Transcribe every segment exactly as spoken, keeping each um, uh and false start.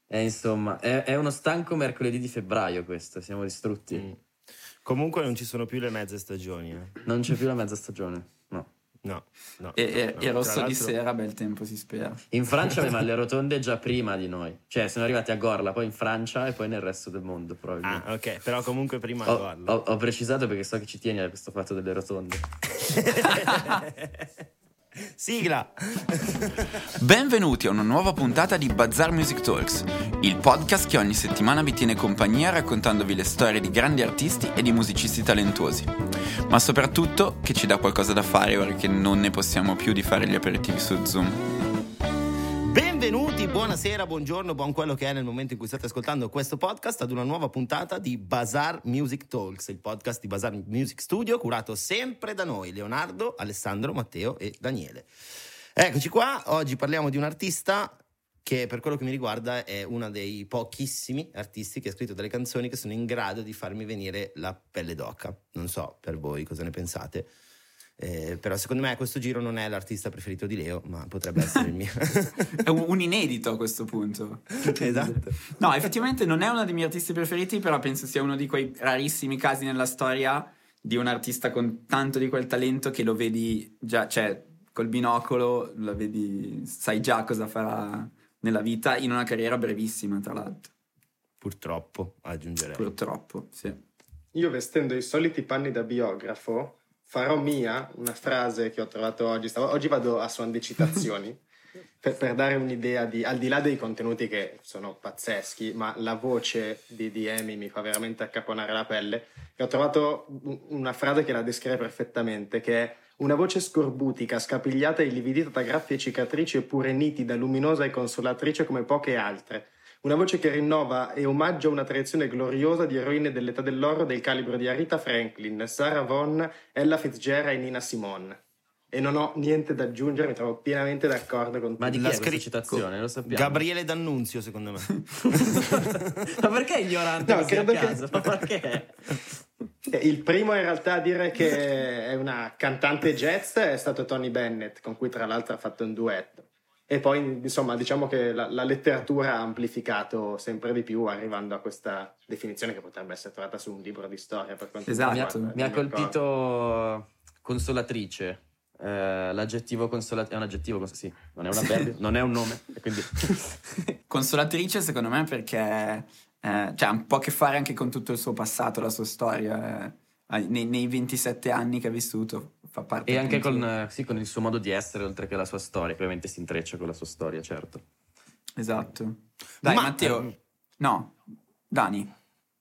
E insomma, è, è uno stanco mercoledì di febbraio questo, siamo distrutti. Mm. Comunque non ci sono più le mezze stagioni. Eh. Non c'è più la mezza stagione, no. No, no. E, e, no. e rosso di l'altro... sera, bel tempo si spera. In Francia avevano le rotonde già prima di noi. Cioè, sono arrivati a Gorla, poi in Francia e poi nel resto del mondo, probabilmente. Ah, ok, però comunque prima a Ho, Gorla. ho, ho precisato perché so che ci tieni a questo fatto delle rotonde. Sigla! Benvenuti a una nuova puntata di Bazar Music Talks, il podcast che ogni settimana vi tiene compagnia raccontandovi le storie di grandi artisti e di musicisti talentuosi, ma soprattutto che ci dà qualcosa da fare ora che non ne possiamo più di fare gli aperitivi su Zoom. Benvenuti, buonasera, buongiorno, buon quello che è nel momento in cui state ascoltando questo podcast ad una nuova puntata di Bazar Music Talks, il podcast di Bazar Music Studio curato sempre da noi, Leonardo, Alessandro, Matteo e Daniele. Eccoci qua, oggi parliamo di un artista che per quello che mi riguarda è uno dei pochissimi artisti che ha scritto delle canzoni che sono in grado di farmi venire la pelle d'oca. Non so per voi cosa ne pensate. Eh, però secondo me questo giro non è l'artista preferito di Leo, ma potrebbe essere il mio. È un, un inedito a questo punto. Esatto. No, effettivamente non è uno dei miei artisti preferiti, però penso sia uno di quei rarissimi casi nella storia di un artista con tanto di quel talento che lo vedi già, cioè col binocolo lo vedi, sai già cosa farà nella vita in una carriera brevissima, tra l'altro. Purtroppo, aggiungerei. Purtroppo, sì. Io, vestendo i soliti panni da biografo, farò mia una frase che ho trovato oggi. Stavo, oggi vado a suon di citazioni per, per dare un'idea di, al di là dei contenuti che sono pazzeschi, ma la voce di, di Amy mi fa veramente accaponare la pelle. E ho trovato una frase che la descrive perfettamente, che è una voce scorbutica, scapigliata e illividita da graffi e cicatrici, eppure nitida, luminosa e consolatrice come poche altre. Una voce che rinnova e omaggia una tradizione gloriosa di eroine dell'età dell'oro del calibro di Aretha Franklin, Sarah Vaughan, Ella Fitzgerald e Nina Simone. E non ho niente da aggiungere, mi trovo pienamente d'accordo con Ma di chi La è questa scri- citazione? Lo sappiamo. Gabriele D'Annunzio, secondo me. Ma perché è ignorante No, così a credo che- caso? Ma perché? Il primo in realtà a dire che è una cantante jazz è stato Tony Bennett, con cui tra l'altro ha fatto un duetto. E poi, insomma, diciamo che la, la letteratura ha amplificato sempre di più, arrivando a questa definizione che potrebbe essere trovata su un libro di storia. Per quanto Esatto. mi Mi ha, riguarda, mi ha non mi ricordo. colpito consolatrice. Eh, l'aggettivo consolatrice è un aggettivo, cons- sì, non è un avverbio, non è un nome. E quindi... Consolatrice secondo me perché eh, cioè, ha un po' a che fare anche con tutto il suo passato, la sua storia. eh. Nei, nei ventisette anni che ha vissuto fa parte E anche appunto- con, eh, sì, con il suo modo di essere, oltre che la sua storia, che ovviamente si intreccia con la sua storia, certo. Esatto. Dai, Ma- Matteo. ehm, No, Dani.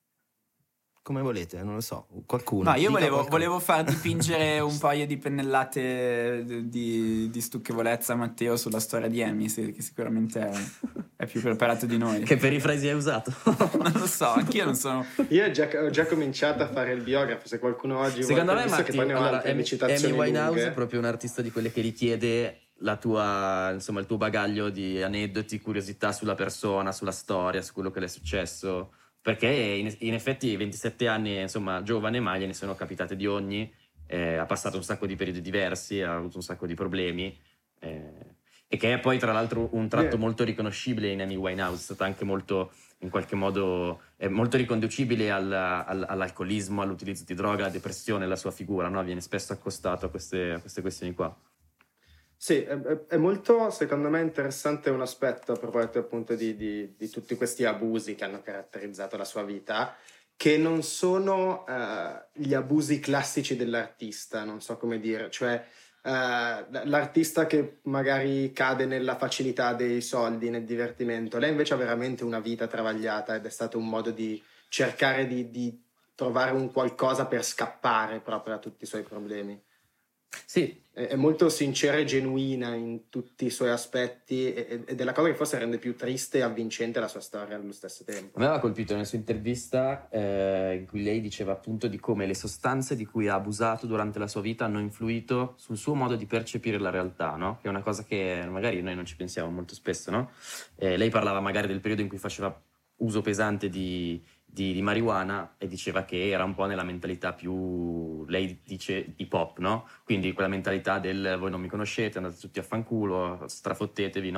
Come volete, non lo so. Qualcuno. No, io Dica volevo, qualcosa. volevo far dipingere un paio di pennellate di, di stucchevolezza a Matteo sulla storia di Amy, sì, che sicuramente è, è più preparato di noi. Che perifrasi hai usato? Non lo so, anch'io non sono... Io ho già, ho già cominciato a fare il biografo, se qualcuno oggi Secondo vuole, me, visto che Matti, poi ne ho allora, altre Amy, di citazioni Amy Winehouse lunghe. è proprio un artista di quelle che richiede la tua, insomma, il tuo bagaglio di aneddoti, curiosità sulla persona, sulla storia, su quello che le è successo. Perché in, in effetti ventisette anni, insomma, giovane, ma gliene sono capitate di ogni, eh, ha passato un sacco di periodi diversi, ha avuto un sacco di problemi, eh, e che è poi tra l'altro un tratto Yeah. molto riconoscibile in Amy Winehouse, è stata anche molto, in qualche modo, è molto riconducibile al, al, all'alcolismo, all'utilizzo di droga, alla depressione, la sua figura, no? Viene spesso accostato a queste, a queste questioni qua. Sì, è, è- è molto, secondo me, interessante un aspetto a proposito appunto di, di- di tutti questi abusi che hanno caratterizzato la sua vita, che non sono eh, gli abusi classici dell'artista, non so come dire, cioè eh, l'artista che magari cade nella facilità dei soldi, nel divertimento. Lei invece ha veramente una vita travagliata ed è stato un modo di cercare di, di trovare un qualcosa per scappare proprio da tutti i suoi problemi. Sì, È è molto sincera e genuina in tutti i suoi aspetti e- ed è la cosa che forse rende più triste e avvincente la sua storia allo stesso tempo. a me aveva colpito nella sua intervista eh, in cui lei diceva appunto di come le sostanze di cui ha abusato durante la sua vita hanno influito sul suo modo di percepire la realtà, no? Che è una cosa che magari noi non ci pensiamo molto spesso, no? Eh, lei parlava magari del periodo in cui faceva uso pesante di, di, di marijuana e diceva che era un po' nella mentalità più, lei dice, hip hop, no? Quindi quella mentalità del voi non mi conoscete, andate tutti a fanculo, strafottetevi, no?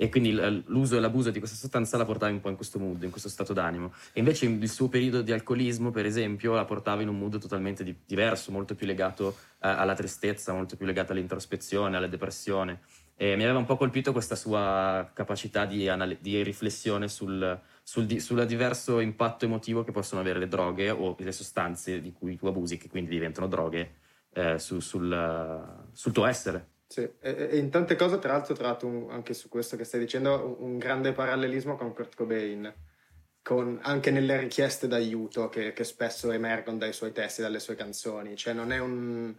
e quindi l'uso e l'abuso di questa sostanza la portava un po' in questo mood, in questo stato d'animo. E invece il suo periodo di alcolismo, per esempio, la portava in un mood totalmente di- diverso, molto più legato eh, alla tristezza, molto più legato all'introspezione, alla depressione. E mi aveva un po' colpito questa sua capacità di, anal- di riflessione sul, sul, di- sul diverso impatto emotivo che possono avere le droghe o le sostanze di cui tu abusi, che quindi diventano droghe, eh, su- sul, sul tuo essere. Sì, e, e in tante cose, tra l'altro, ho trovato un- anche su questo che stai dicendo un, un grande parallelismo con Kurt Cobain, con, anche nelle richieste d'aiuto che, che spesso emergono dai suoi testi, dalle sue canzoni. Cioè non è un...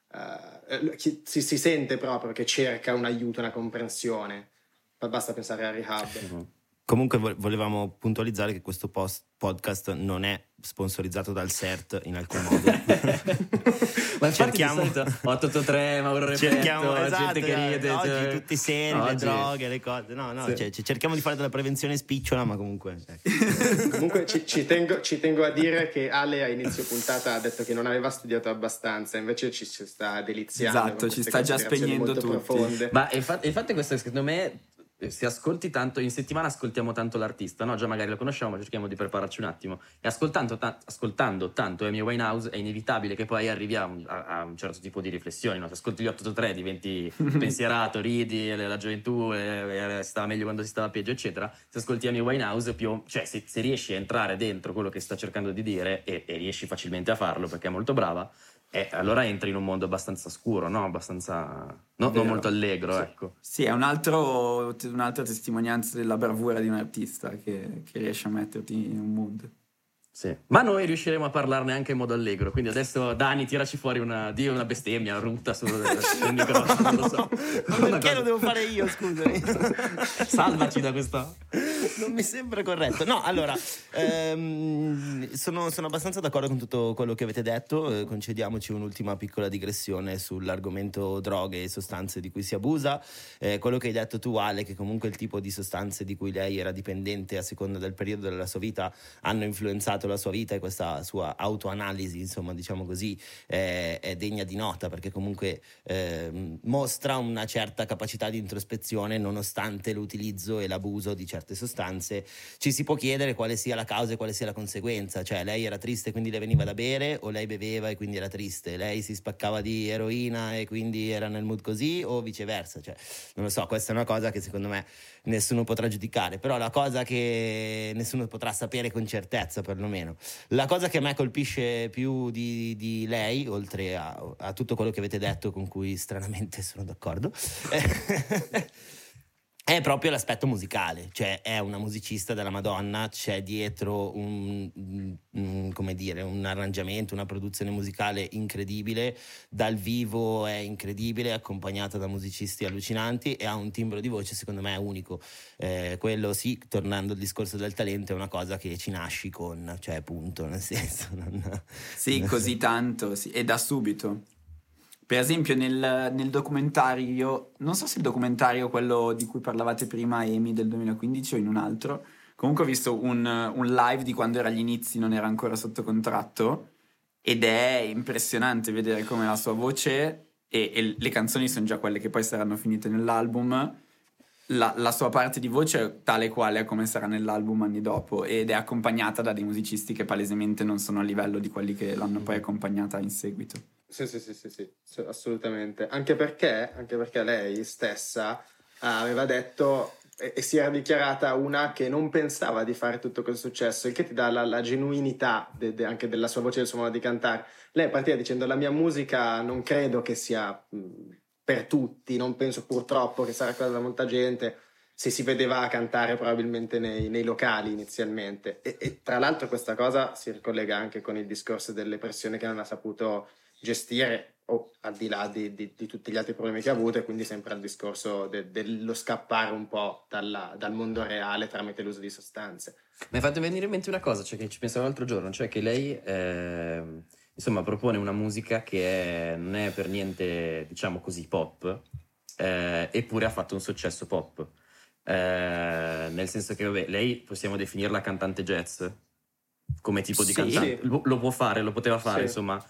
eh, chi- si, si sente proprio che cerca un aiuto, una comprensione. Basta pensare a Rehab. Mm-hmm. Comunque vo- volevamo puntualizzare che questo post- podcast non è sponsorizzato dal C E R T in alcun modo. Ma infatti Cerchiamo- di solito otto otto tre, Mauro Refetto, Cerchiamo, esatto, gente che ride, oggi cioè- tutti seri, le Oggi- droghe, le cose. No, no, Sì. cioè, c- cerchiamo di fare della prevenzione spicciola, ma comunque. ecco. Comunque ci, ci tengo, ci tengo a dire che Ale a inizio puntata ha detto che non aveva studiato abbastanza, invece ci, ci sta deliziando. Esatto, con ci queste sta già considerazioni spegnendo molto tutti. profonde. Ma il fatto, il fatto è questo, secondo me, se ascolti tanto, in settimana ascoltiamo tanto l'artista, no? Già magari lo conosciamo, ma cerchiamo di prepararci un attimo. E ascoltando, ta- ascoltando tanto Amy Winehouse è inevitabile che poi arriviamo a, a un certo tipo di riflessioni, no? Se ascolti gli otto otto tre diventi pensierato, ridi, la, la gioventù eh, eh, stava meglio quando si stava peggio, eccetera. Se ascolti Amy Winehouse, più, cioè se, se riesci a entrare dentro quello che sta cercando di dire e, e riesci facilmente a farlo perché è molto brava, e allora entri in un mondo abbastanza scuro, no? Abbastanza no, non Vero. molto allegro, Sì. ecco. Sì, è un altro, un'altra testimonianza della bravura di un artista che, che riesce a metterti in un mood. Sì. Ma noi riusciremo a parlarne anche in modo allegro. Quindi adesso Dani, tiraci fuori una, di una bestemmia, rutta sul, sul microfono, non lo so. Ma Una perché cosa- lo devo fare io, scusami? Salvaci da questa. Non mi sembra corretto. No, allora, ehm, sono, sono abbastanza d'accordo con tutto quello che avete detto. Eh, concediamoci un'ultima piccola digressione sull'argomento droghe e sostanze di cui si abusa. Eh, quello che hai detto tu, Ale, che comunque il tipo di sostanze di cui lei era dipendente a seconda del periodo della sua vita hanno influenzato la sua vita, e questa sua autoanalisi, insomma, diciamo così, eh, è degna di nota, perché comunque ehm, mostra una certa capacità di introspezione nonostante l'utilizzo e l'abuso di certe sostanze. Ci si può chiedere quale sia la causa e quale sia la conseguenza, cioè lei era triste e quindi le veniva da bere, o lei beveva e quindi era triste, lei si spaccava di eroina e quindi era nel mood così, o viceversa, cioè non lo so. Questa è una cosa che secondo me nessuno potrà giudicare, però la cosa che nessuno potrà sapere con certezza, perlomeno, la cosa che a me colpisce più di, di lei, oltre a, a tutto quello che avete detto, con cui stranamente sono d'accordo, è proprio l'aspetto musicale. Cioè è una musicista della Madonna, c'è dietro un, un- come dire, un arrangiamento, una produzione musicale incredibile, dal vivo è incredibile, accompagnata da musicisti allucinanti, e ha un timbro di voce secondo me unico. Eh, quello sì, tornando al discorso del talento, è una cosa che ci nasci con, cioè punto, nel senso non, Sì, non così so. tanto, sì, e da subito. Per esempio nel, nel documentario, non so se il documentario, quello di cui parlavate prima, Amy, del duemilaquindici, o in un altro, comunque ho visto un, un live di quando era agli inizi, non era ancora sotto contratto, ed è impressionante vedere come la sua voce, e, e le canzoni sono già quelle che poi saranno finite nell'album, la, la sua parte di voce è tale quale come sarà nell'album anni dopo, ed è accompagnata da dei musicisti che palesemente non sono a livello di quelli che l'hanno poi accompagnata in seguito. Sì, sì, sì, sì, sì, sì, assolutamente. Anche perché, anche perché lei stessa aveva detto e, e si era dichiarata una che non pensava di fare tutto quel successo, il che ti dà la, la genuinità de, de, anche della sua voce e del suo modo di cantare. Lei partiva dicendo: la mia musica non credo che sia mh, per tutti, non penso purtroppo che sarà cosa da molta gente. Se si vedeva cantare probabilmente nei, nei locali inizialmente. E, e tra l'altro questa cosa si ricollega anche con il discorso delle pressioni che non ha saputo gestire, o al di là di, di, di tutti gli altri problemi che ha avuto, e quindi sempre al discorso de, dello scappare un po' dalla, dal mondo reale tramite l'uso di sostanze. Mi hai fatto venire in mente una cosa, cioè che ci pensavo l'altro giorno, cioè che lei eh, insomma propone una musica che è, non è per niente, diciamo così, pop, eh, eppure ha fatto un successo pop, eh, nel senso che vabbè, lei possiamo definirla cantante jazz come tipo di Sì. cantante, lo, lo può fare, lo poteva fare, Sì. insomma.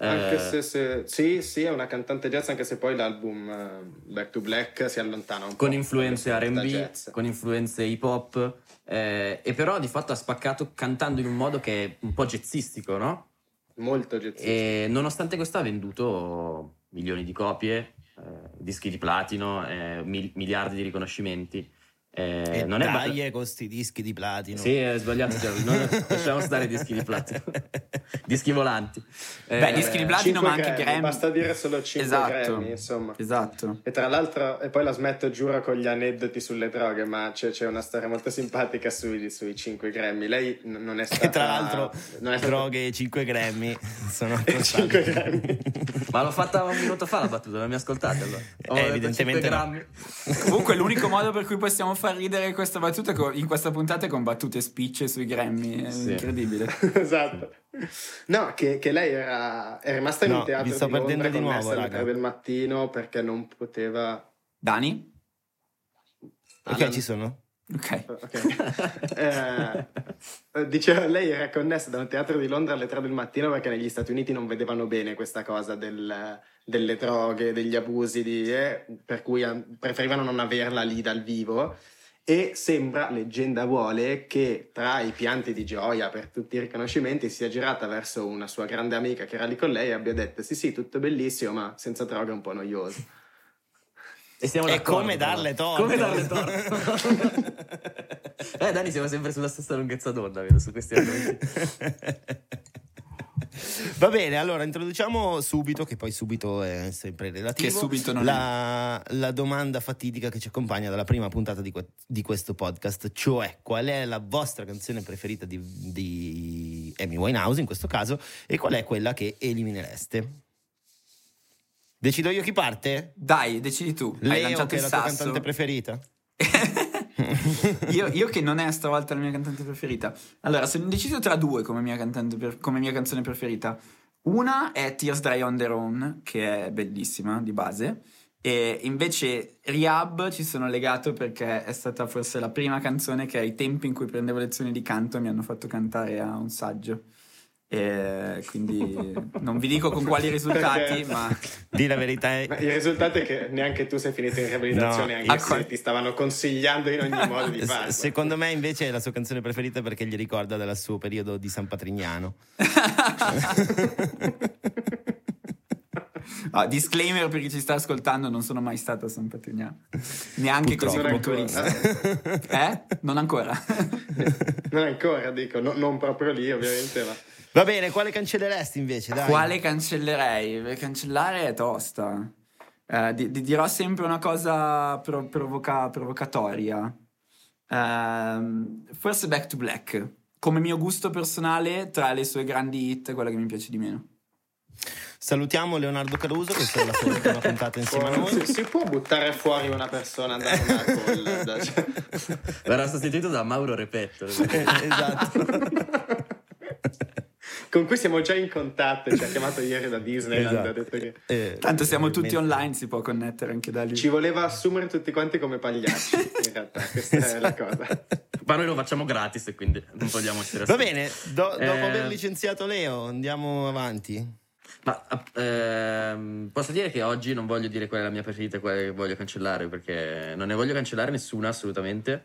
Anche Eh, se, se sì, sì, è una cantante jazz, anche se poi l'album eh, Back to Black si allontana un po'. con influenze da R and B, jazz. con influenze hip hop, eh, e però di fatto ha spaccato cantando in un modo che è un po' jazzistico, no? Molto jazzistico. E nonostante questo ha venduto milioni di copie, eh, dischi di platino, eh, mil- miliardi di riconoscimenti. Eh, E non è ba- dai con sti dischi di platino. Sì, è sbagliato, cioè, non lasciamo stare i dischi di platino. Dischi volanti. Beh, Eh, dischi di platino, cinque ma anche Grammy, Grammy. basta dire solo cinque Esatto. Grammy, insomma. Esatto. E tra l'altro, e poi la smetto, giuro, con gli aneddoti sulle droghe, ma c'è, c'è una storia molto simpatica sui, sui cinque Grammy. Lei n- non è stata... E tra l'altro, non è stata... droghe e cinque Grammy sono E cinque costati. Grammy. Ma l'ho fatta un minuto fa la battuta, non mi ascoltate allora? Ho Eh, detto evidentemente cinque no. grammi. Comunque l'unico modo per cui possiamo far ridere questa battuta co- in questa puntata è con battute spicce sui Grammy, è Sì. incredibile. Esatto. No, che, che lei era, è rimasta in No, un teatro vi sto di Londra perdendo di connessa nuovo, alle raga. tre del mattino perché non poteva... Dani? Ok, Alan- ci sono? Ok. Ok. Eh, diceva, lei era connessa da un teatro di Londra alle tre del mattino perché negli Stati Uniti non vedevano bene questa cosa del, delle droghe, degli abusi, di, eh, per cui eh, preferivano non averla lì dal vivo. E sembra, leggenda vuole, che tra i pianti di gioia per tutti i riconoscimenti sia girata verso una sua grande amica che era lì con lei e abbia detto sì sì, tutto bellissimo, ma senza droghe è un po' noioso. E siamo È d'accordo, come però. darle torto. Come darle torto. Eh, Dani, siamo sempre sulla stessa lunghezza d'onda, vedo, su questi argomenti. Va bene, allora introduciamo subito, che poi subito è sempre relativo, Che subito non la, la domanda fatidica che ci accompagna dalla prima puntata di, que- di questo podcast, cioè qual è la vostra canzone preferita di, di Amy Winehouse in questo caso e qual è quella che eliminereste? Decido io chi parte? Dai, decidi tu. Hai Leo, lanciato che è il la tua sasso. cantante preferita? io, io che non è stavolta la mia cantante preferita. Allora, sono indeciso tra due come mia, cantante per- come mia canzone preferita. Una è Tears Dry on Their Own, che è bellissima di base. E invece Rehab ci sono legato perché è stata forse la prima canzone che ai tempi in cui prendevo lezioni di canto mi hanno fatto cantare a un saggio. E quindi non vi dico con quali risultati, Perché? ma Di la verità è... Ma il risultato è che neanche tu sei finito in riabilitazione, No, anche io- se ti stavano consigliando in ogni modo di farlo. S- Secondo me invece è la sua canzone preferita perché gli ricorda del suo periodo di San Patrignano. Ah, disclaimer per chi ci sta ascoltando, non sono mai stato a San Patrignano, neanche così Non come ancora. turista. Eh? Non ancora. Non ancora, dico, no- non proprio lì ovviamente, ma... Va bene, quale cancelleresti invece? Dai. Quale cancellerei? Beh, cancellare è tosta. Eh, di- di- dirò sempre una cosa pro- provoca- provocatoria. Ehm, forse Back to Black. Come mio gusto personale, tra le sue grandi hit, quella che mi piace di meno. Salutiamo Leonardo Caruso, che è la sua ultima puntata insieme a Si, noi. si può buttare fuori una persona da una call? da- cioè- Verrà sostituito da Mauro Repetto. Esatto. Con cui siamo già in contatto, ci ha chiamato ieri da Disneyland, Esatto. ha detto che Eh, Tanto siamo tutti ovviamente. online, si può connettere anche da lì. ci voleva assumere tutti quanti come pagliacci, in realtà, questa è la cosa. Ma noi lo facciamo gratis e quindi non vogliamo essere Va assunti. bene, do- dopo Eh, aver licenziato Leo, andiamo avanti. Ma ehm, posso dire che oggi non voglio dire qual è la mia preferita e quale che voglio cancellare, perché non ne voglio cancellare nessuna assolutamente,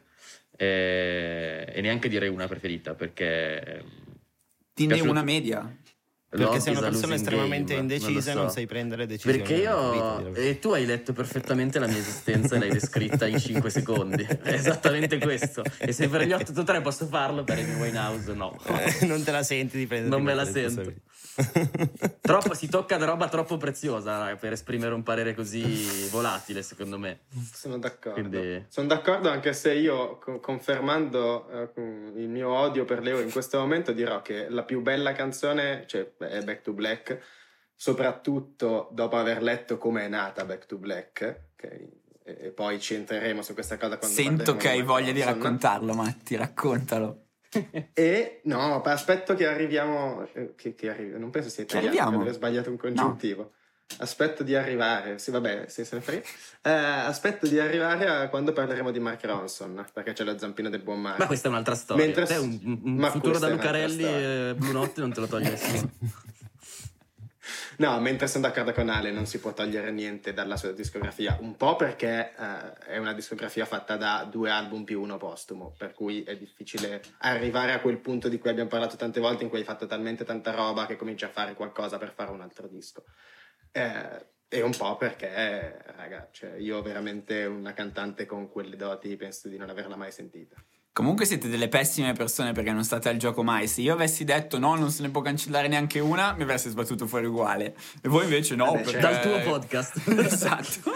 eh, e neanche dire una preferita, perché Dinne piaciuto- una media. Perché Love sei is una a persona losing estremamente game, indecisa e lo non so. sai prendere decisioni. Perché nella io vita, direi. e tu hai letto perfettamente la mia esistenza e l'hai descritta in cinque secondi. È esattamente questo. E se per gli otto otto tre posso farlo, per Amy Winehouse no. Eh, non te la senti di prendere Non me la sento. Troppo, si tocca da roba troppo preziosa, raga, per esprimere un parere così volatile, secondo me. Sono d'accordo. Quindi- Sono d'accordo, anche se io, co- confermando eh, il mio odio per Leo in questo momento, dirò che la più bella canzone, cioè, è Back to Black, soprattutto dopo aver letto come è nata Back to Black, che- e, e poi ci entreremo su questa cosa quando Sento parleremo che hai Mark voglia di Ronson. raccontarlo, Matti, raccontalo. E no, ma aspetto che arriviamo. eh, Che, che arri- non penso sia Che italiano, arriviamo? aver sbagliato un congiuntivo. Aspetto di arrivare, sì, vabbè, se se ne frega. Eh, aspetto di arrivare a quando parleremo di Mark Ronson, perché c'è lo zampino del buon Mark. Ma questa è un'altra storia. Mentre- Te un, un ma futuro questa da è un'altra Lucarelli storia. e Blue Notte non te lo toglie nessuno. No, mentre sono d'accordo con Ale, non si può togliere niente dalla sua discografia, un po' perché eh, è una discografia fatta da due album più uno postumo, per cui è difficile arrivare a quel punto di cui abbiamo parlato tante volte, in cui hai fatto talmente tanta roba che cominci a fare qualcosa per fare un altro disco. Eh, e un po' perché, raga, cioè io veramente una cantante con quelle doti penso di non averla mai sentita. Comunque siete delle pessime persone perché non state al gioco mai. Se io avessi detto no, non se ne può cancellare neanche una, mi avreste sbattuto fuori uguale. E voi invece no, Vabbè, perché... Dal tuo podcast. Esatto.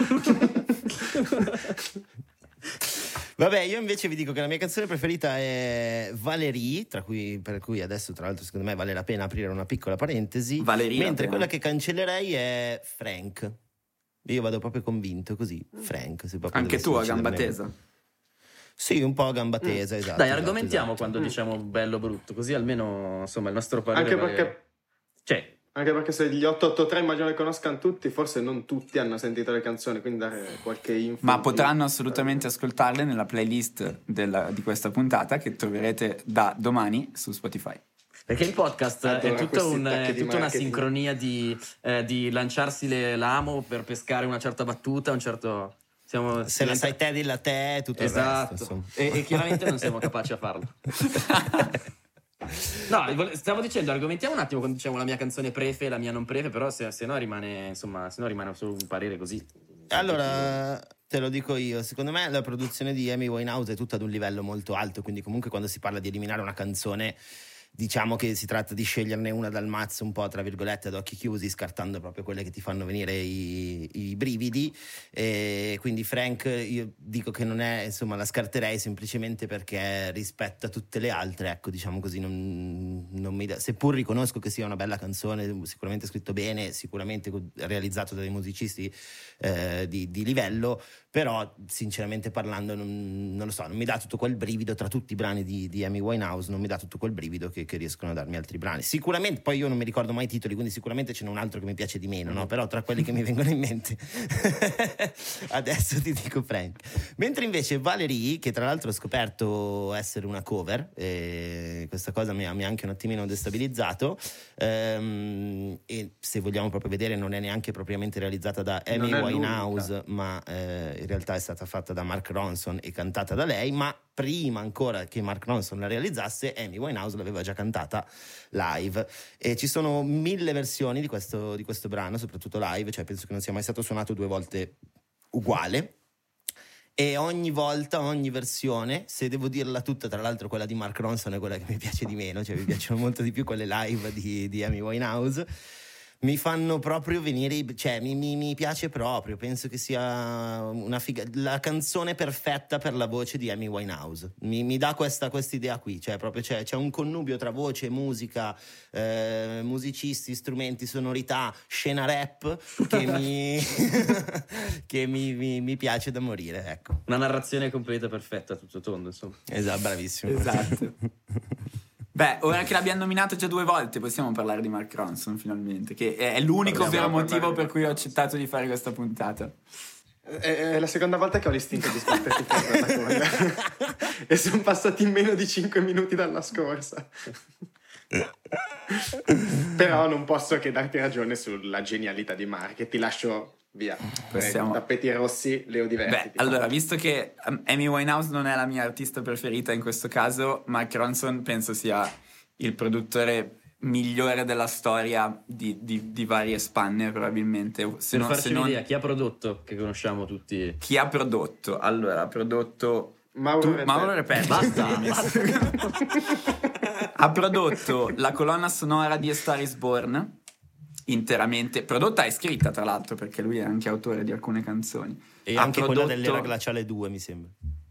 Vabbè, io invece vi dico che la mia canzone preferita è Valérie, tra cui, per cui adesso tra l'altro secondo me vale la pena aprire una piccola parentesi. Valérie, mentre la quella pena. che cancellerei è Frank. Io vado proprio convinto così, Frank. Se proprio Anche dovessi tu a deciderne gamba uno. tesa. Sì, un po' a gamba tesa, esatto. Dai, esatto, argomentiamo esatto. quando diciamo bello o brutto, così almeno insomma il nostro parere Anche vale- perché, Cioè, anche perché se gli otto otto tre immagino che conoscano tutti, forse non tutti hanno sentito le canzoni, quindi dare qualche info. Ma in più. potranno assolutamente ascoltarle nella playlist della- di questa puntata che troverete da domani su Spotify. perché il podcast Adoro è tutta, questi un- attacchi è di tutta una marketing. sincronia di, eh, di lanciarsi le- l'amo per pescare una certa battuta, un certo... Siamo, Se la sai te, dilla te, tutto il Esatto, resto, insomma. e, e chiaramente non siamo capaci a farlo. No, vole- stavo dicendo, argomentiamo un attimo quando diciamo la mia canzone prefe e la mia non prefe, però se, se no rimane, insomma, se no rimane solo un parere così. Allora, te lo dico io, secondo me la produzione di Amy Winehouse è tutta ad un livello molto alto, quindi comunque quando si parla di eliminare una canzone diciamo che si tratta di sceglierne una dal mazzo un po' tra virgolette ad occhi chiusi, scartando proprio quelle che ti fanno venire i, i brividi. E quindi Frank io dico che non è, insomma, la scarterei semplicemente perché rispetto a tutte le altre, ecco, diciamo così, non, non mi da, seppur riconosco che sia una bella canzone, sicuramente scritto bene, sicuramente realizzato dai musicisti eh, di, di livello, però sinceramente parlando non, non lo so, non mi dà tutto quel brivido tra tutti i brani di, di Amy Winehouse, non mi dà tutto quel brivido che, che riescono a darmi altri brani. Sicuramente, poi io non mi ricordo mai i titoli, quindi sicuramente ce n'è un altro che mi piace di meno, no? Però tra quelli che mi vengono in mente adesso ti dico Frank. Mentre invece Valérie, che tra l'altro ho scoperto essere una cover, e questa cosa mi ha, mi ha anche un attimino destabilizzato, ehm, e se vogliamo proprio vedere non è neanche propriamente realizzata da Amy Non è Winehouse, l'unica. ma eh, in realtà è stata fatta da Mark Ronson e cantata da lei, ma prima ancora che Mark Ronson la realizzasse, Amy Winehouse l'aveva già cantata live. E ci sono mille versioni di questo, di questo brano, soprattutto live, cioè penso che non sia mai stato suonato due volte uguale. E ogni volta, ogni versione, se devo dirla tutta, tra l'altro quella di Mark Ronson è quella che mi piace di meno, cioè mi piacciono molto di più quelle live di, di Amy Winehouse, mi fanno proprio venire, i- cioè mi, mi, mi piace proprio, penso che sia una figa, la canzone perfetta per la voce di Amy Winehouse, mi, mi dà questa idea qui, cioè proprio c'è, c'è un connubio tra voce, musica, eh, musicisti, strumenti, sonorità, scena rap che mi che mi, mi, mi piace da morire, ecco. Una narrazione completa, perfetta, a tutto tondo, insomma. Esatto, bravissimo. Esatto. Beh, ora che l'abbiamo nominato già due volte, possiamo parlare di Mark Ronson finalmente, che è l'unico Parliamo, vero parliamo. motivo per cui ho accettato di fare questa puntata. È, è la seconda volta che ho l'istinto di sbatterti questa cosa. E sono passati meno di cinque minuti dalla scorsa. Però non posso che darti ragione sulla genialità di Mark e ti lascio via. Possiamo- Prego, tappeti rossi, Leo, divertiti. Beh, allora, visto che um, Amy Winehouse non è la mia artista preferita in questo caso, Mark Ronson penso sia il produttore migliore della storia di, di, di varie spanne, probabilmente. Se Per no- farci se non- un'idea, chi ha prodotto, che conosciamo tutti. Chi ha prodotto? Allora, ha prodotto Mauro tu- Repetti. Mauro Repetti. Basta, Ha prodotto la colonna sonora di A Star Is Born interamente, prodotta e scritta tra l'altro, perché lui è anche autore di alcune canzoni. E Ha anche quella prodotto- dell'era glaciale due, mi sembra.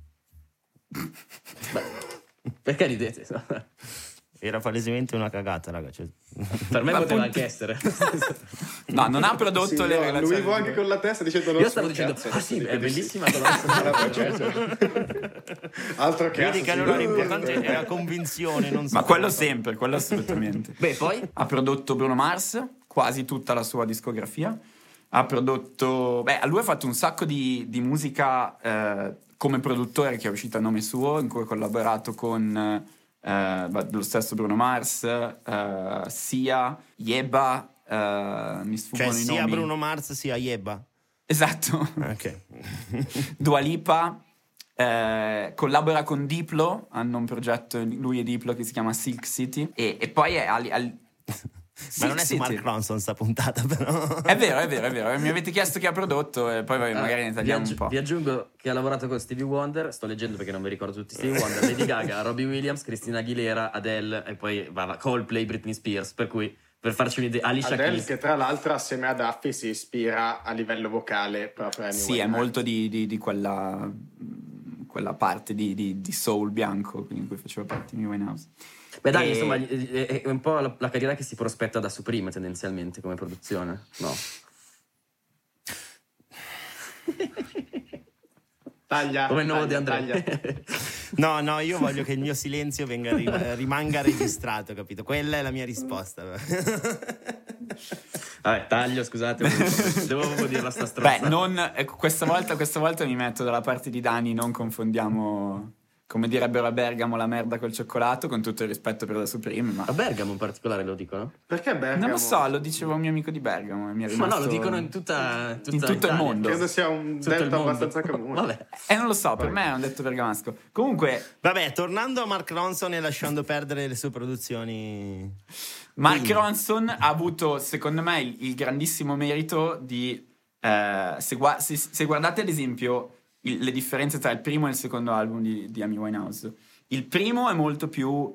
Perché ridete? Era palesemente una cagata, raga. Cioè... Per me Ma poteva appunto- anche essere. No, non ha prodotto Sì, le no, relazioni. lui va anche con la testa dicendo non Io so stavo un dicendo, cazzo, ah sì, adesso è dico di bellissima sì. colonna Cioè, cioè. Altro che Vedi che allora l'importante era convinzione, non so. Ma quello sempre, quello assolutamente. Beh, poi? Ha prodotto Bruno Mars, quasi tutta la sua discografia. Ha prodotto... Beh, lui ha fatto un sacco di, di musica eh, come produttore, che è uscita a nome suo, in cui ha collaborato con eh, lo stesso Bruno Mars, eh, Sia, Yeba, uh, mi sfuggono cioè i sia nomi. Bruno Mars sia Yebba. Esatto. Ok. Dua Lipa eh, collabora con Diplo, hanno un progetto lui e Diplo che si chiama Silk City e, e poi è al, al ma non è su Mark Ronson sta puntata, però. È vero, è vero, è vero. Mi avete chiesto chi ha prodotto e poi magari ne tagliamo vi un po'. Vi aggiungo che ha lavorato con Stevie Wonder, sto leggendo perché non mi ricordo tutti Stevie Wonder, Lady Gaga, Robbie Williams, Christina Aguilera, Adele e poi va, va, Coldplay, Britney Spears, per cui per farci un'idea, Alicia Adele Keys. che tra l'altro assieme a Duffy si ispira a livello vocale proprio a Amy Sì, è Winehouse. molto di, di, di quella quella parte di, di, di soul bianco in cui faceva parte Amy Winehouse. Beh dai, E- insomma, è è un po' la, la carriera che si prospetta da Supreme tendenzialmente come produzione, no? Taglia, Come il nuovo taglia, De André. taglia. No, no, io voglio che il mio silenzio venga, rimanga registrato, capito? Quella è la mia risposta. Vabbè, taglio, scusate, devo proprio dirla sta stronzata. Beh, non, eh, questa volta, questa volta mi metto dalla parte di Dani, non confondiamo, come direbbero a Bergamo, la merda col cioccolato, con tutto il rispetto per la Supreme, ma A Bergamo in particolare lo dicono? Perché Bergamo? non lo so, lo diceva un mio amico di Bergamo e mi è Ma rimasto... no, lo dicono in tutta, tutta in tutto il Italia. mondo. Credo sia un Tutto il detto mondo. abbastanza comune. Vabbè. Eh, non lo so, per me è un detto bergamasco. Comunque, Vabbè, tornando a Mark Ronson e lasciando perdere le sue produzioni. Mark Quindi. Ronson ha avuto, secondo me, il, il grandissimo merito di... eh, se, gua- se- se guardate ad esempio il- le differenze tra il primo e il secondo album di, di Amy Winehouse, il primo è molto più...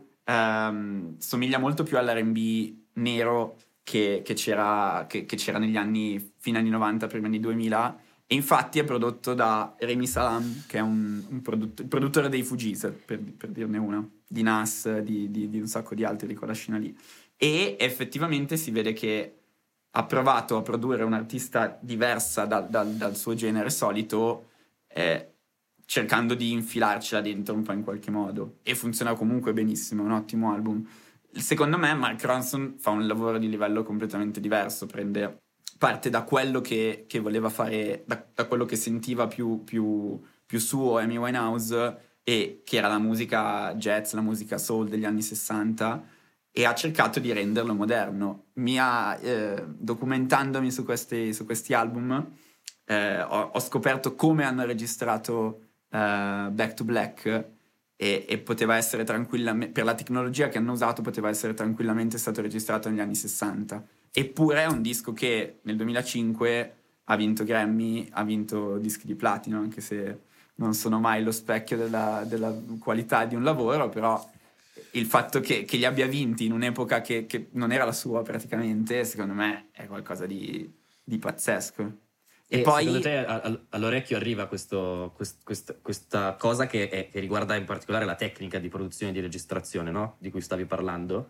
ehm, somiglia molto più all'R and B nero che, che c'era, che, che c'era negli anni, fine anni novanta, prima anni duemila, e infatti è prodotto da Remy Salam, che è un, un prodott- il produttore dei Fugees, per, per dirne uno, di Nas, di, di, di un sacco di altri di quella scena lì. E effettivamente si vede che ha provato a produrre un'artista diversa dal, dal, dal suo genere solito, eh, cercando di infilarcela dentro un po' in qualche modo, e funziona comunque benissimo, è un ottimo album. Secondo me Mark Ronson fa un lavoro di livello completamente diverso, prende parte da quello che, che voleva fare, da, da quello che sentiva più, più, più suo Amy Winehouse, e che era la musica jazz, la musica soul degli anni sessanta, e ha cercato di renderlo moderno. Mi ha, eh, documentandomi su questi, su questi album, eh, ho, ho scoperto come hanno registrato eh, Back to Black, e, e poteva essere tranquillamente, per la tecnologia che hanno usato, poteva essere tranquillamente stato registrato negli anni sessanta. Eppure è un disco che nel duemilacinque ha vinto Grammy, ha vinto dischi di platino, anche se non sono mai lo specchio della, della qualità di un lavoro, però il fatto che, che li abbia vinti in un'epoca che, che non era la sua praticamente, secondo me è qualcosa di, di pazzesco. E, E poi secondo te a- a- all'orecchio arriva questo, quest- quest- questa cosa che, è- che riguarda in particolare la tecnica di produzione e di registrazione, no? Di cui stavi parlando,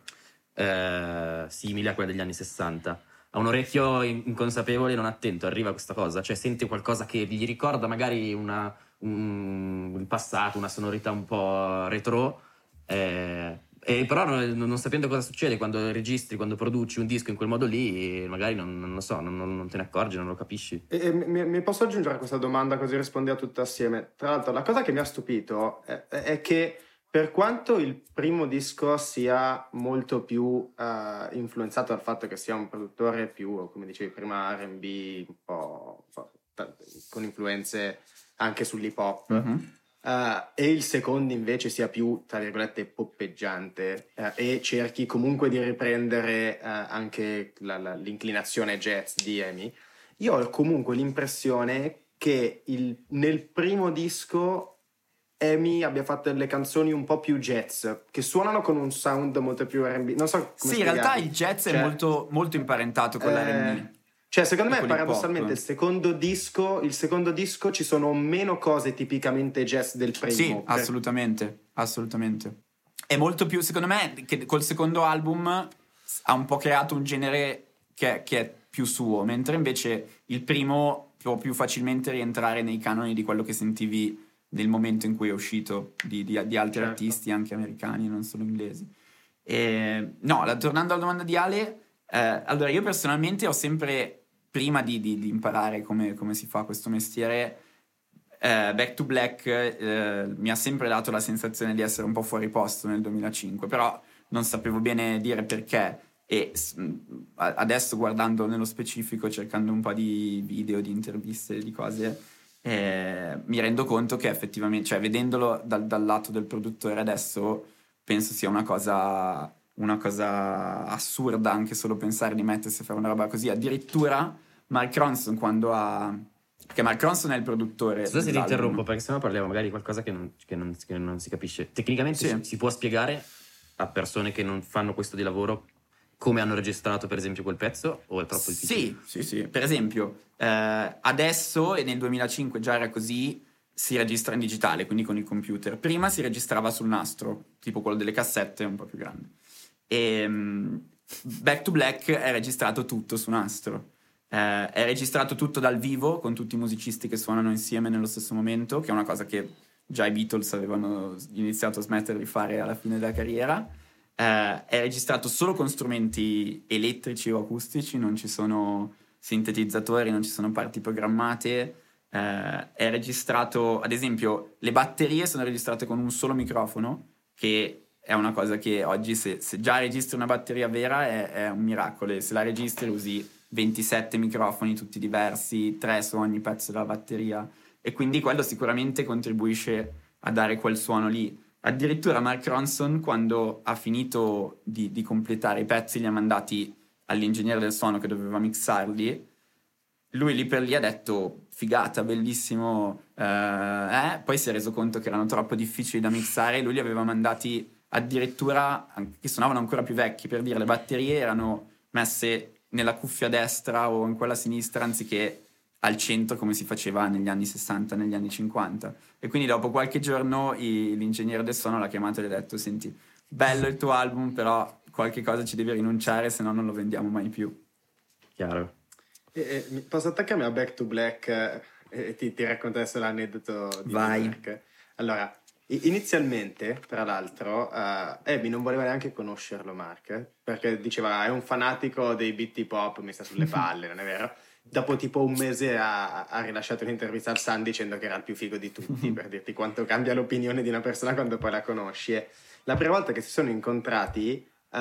eh, simile a quella degli anni sessanta. A un orecchio in- inconsapevole e non attento arriva questa cosa? Cioè sente qualcosa che gli ricorda magari una, un- il passato, una sonorità un po' retro, eh, e però non, non sapendo cosa succede quando registri, quando produci un disco in quel modo lì, magari non, non lo so, non, non te ne accorgi, non lo capisci. E, e mi, mi posso aggiungere a questa domanda così rispondi a tutte assieme? Tra l'altro la cosa che mi ha stupito è, è che per quanto il primo disco sia molto più eh, influenzato dal fatto che sia un produttore più, come dicevi prima, R and B, un po', un po' t- con influenze anche sull'hip hop, Mhm. Uh, e il secondo invece sia più, tra virgolette, poppeggiante, uh, e cerchi comunque di riprendere uh, anche la, la, l'inclinazione jazz di Amy, io ho comunque l'impressione che il, nel primo disco Amy abbia fatto delle canzoni un po' più jazz, che suonano con un sound molto più R and B, non so come Sì, in realtà spiegarlo. il jazz Cioè, è molto, molto imparentato con eh, l'R and B. Cioè, secondo me, con l'hip hop. paradossalmente, il secondo disco, il secondo disco ci sono meno cose tipicamente jazz del primo. Sì, per- assolutamente, assolutamente. È molto più, secondo me, che col secondo album ha un po' creato un genere che, che è più suo, mentre invece il primo può più facilmente rientrare nei canoni di quello che sentivi nel momento in cui è uscito, di, di, di altri Certo. artisti, anche americani, non solo inglesi. E, no, la- tornando alla domanda di Ale, eh, allora io personalmente ho sempre, prima di, di- di imparare come, come si fa questo mestiere, eh, Back to Black eh, mi ha sempre dato la sensazione di essere un po' fuori posto nel duemilacinque, però non sapevo bene dire perché. E adesso, guardando nello specifico, cercando un po' di video, di interviste, di cose, eh, mi rendo conto che effettivamente, cioè vedendolo dal, dal lato del produttore adesso, penso sia una cosa, una cosa assurda anche solo pensare di mettersi a fare una roba così. Addirittura Mark Ronson, quando ha... Perché Mark Ronson è il produttore. Scusa se ti interrompo, perché sennò parliamo magari di qualcosa che non, che non, che non si capisce. Tecnicamente sì. si, si può spiegare a persone che non fanno questo di lavoro come hanno registrato per esempio quel pezzo, o è troppo difficile? Sì, sì, sì. Per esempio, eh, adesso e nel duemilacinque già era così, si registra in digitale, quindi con il computer. Prima si registrava sul nastro, tipo quello delle cassette, un po' più grande. E um, Back to Black è registrato tutto su nastro. Eh, è registrato tutto dal vivo, con tutti i musicisti che suonano insieme nello stesso momento, che è una cosa che già i Beatles avevano iniziato a smettere di fare alla fine della carriera. Uh, è registrato solo con strumenti elettrici o acustici, non ci sono sintetizzatori, non ci sono parti programmate. Uh, è registrato, ad esempio, le batterie sono registrate con un solo microfono, che è una cosa che oggi, se, se già registri una batteria vera, è, è un miracolo. E se la registri usi ventisette microfoni tutti diversi, tre su ogni pezzo della batteria, e quindi quello sicuramente contribuisce a dare quel suono lì. Addirittura Mark Ronson, quando ha finito di, di completare i pezzi, li ha mandati all'ingegnere del suono che doveva mixarli. Lui lì per lì ha detto figata, bellissimo, eh, eh. Poi si è reso conto che erano troppo difficili da mixare. Lui li aveva mandati addirittura, che suonavano ancora più vecchi, per dire, le batterie erano messe nella cuffia destra o in quella sinistra anziché al centro come si faceva negli anni sessanta, negli anni cinquanta. E quindi dopo qualche giorno i, l'ingegnere del suono l'ha chiamato e gli ha detto: senti, bello il tuo album, però qualche cosa ci devi rinunciare, se no non lo vendiamo mai più. Chiaro. E, e, posso attaccarmi a Back to Black e, e ti, ti racconto adesso l'aneddoto di Vai. Mark. Allora, inizialmente, tra l'altro, uh, Abby non voleva neanche conoscerlo, Mark, perché diceva è un fanatico dei beat hip hop, mi sta sulle palle, non è vero? Dopo tipo un mese ha, ha rilasciato un'intervista al Sun dicendo che era il più figo di tutti, per dirti quanto cambia l'opinione di una persona quando poi la conosci. E la prima volta che si sono incontrati, uh,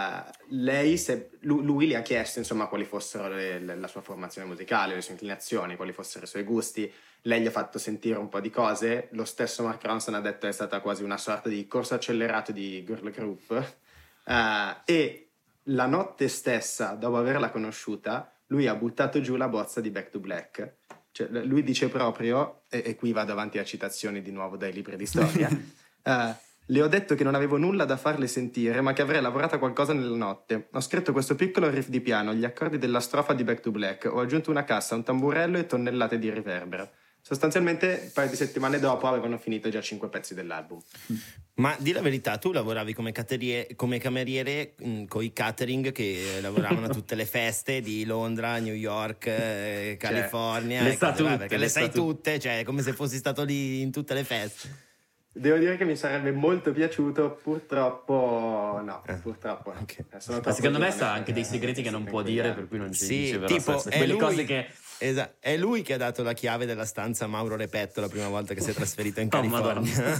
lei se, lui, lui le ha chiesto insomma quali fossero le, le, la sua formazione musicale, le sue inclinazioni, quali fossero i suoi gusti. Lei gli ha fatto sentire un po' di cose. Lo stesso Mark Ronson ha detto che è stata quasi una sorta di corso accelerato di girl group. Uh, e la notte stessa, dopo averla conosciuta, lui ha buttato giù la bozza di Back to Black. Cioè, lui dice proprio, e, e qui vado avanti a citazioni di nuovo dai libri di storia, uh, le ho detto che non avevo nulla da farle sentire, ma che avrei lavorato a qualcosa nella notte. Ho scritto questo piccolo riff di piano, gli accordi della strofa di Back to Black, ho aggiunto una cassa, un tamburello e tonnellate di riverbero. Sostanzialmente un paio di settimane dopo avevano finito già cinque pezzi dell'album. Ma di la verità, tu lavoravi come, caterie, come cameriere con i catering che lavoravano a tutte le feste di Londra, New York, eh, California, cioè, le sa tutte, tutte, perché le le sa sai tutte. tutte, cioè come se fossi stato lì in tutte le feste. Devo dire che mi sarebbe molto piaciuto, purtroppo no, Eh, purtroppo no. okay. Sono Ma secondo me giovane sa anche per- dei segreti che non può dire, per cui non ci Sì, dice tipo, verso è quelle lui- cose che Esatto, è lui che ha dato la chiave della stanza a Mauro Repetto la prima volta che si è trasferito in Oh, California.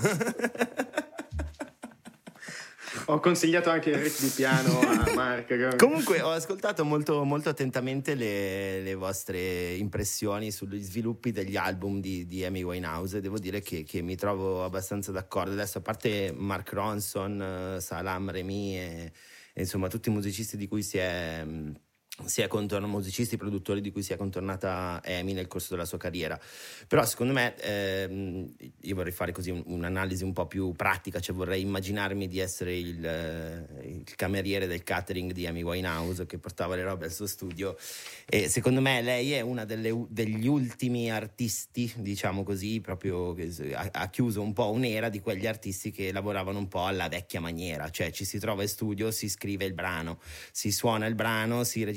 Ho consigliato anche il riff di piano a Mark. Comunque ho ascoltato molto, molto attentamente le, le vostre impressioni sugli sviluppi degli album di, di Amy Winehouse e devo dire che, che mi trovo abbastanza d'accordo. Adesso, a parte Mark Ronson, Salaam Remi e, e insomma tutti i musicisti di cui si è... si è contorno, musicisti, produttori di cui si è contornata Amy nel corso della sua carriera. Però secondo me ehm, io vorrei fare così un, un'analisi un po' più pratica, cioè vorrei immaginarmi di essere il, eh, il cameriere del catering di Amy Winehouse che portava le robe al suo studio, e secondo me lei è una delle, degli ultimi artisti, diciamo così, proprio che ha, ha chiuso un po' un'era di quegli artisti che lavoravano un po' alla vecchia maniera, cioè ci si trova in studio, si scrive il brano, si suona il brano, si registra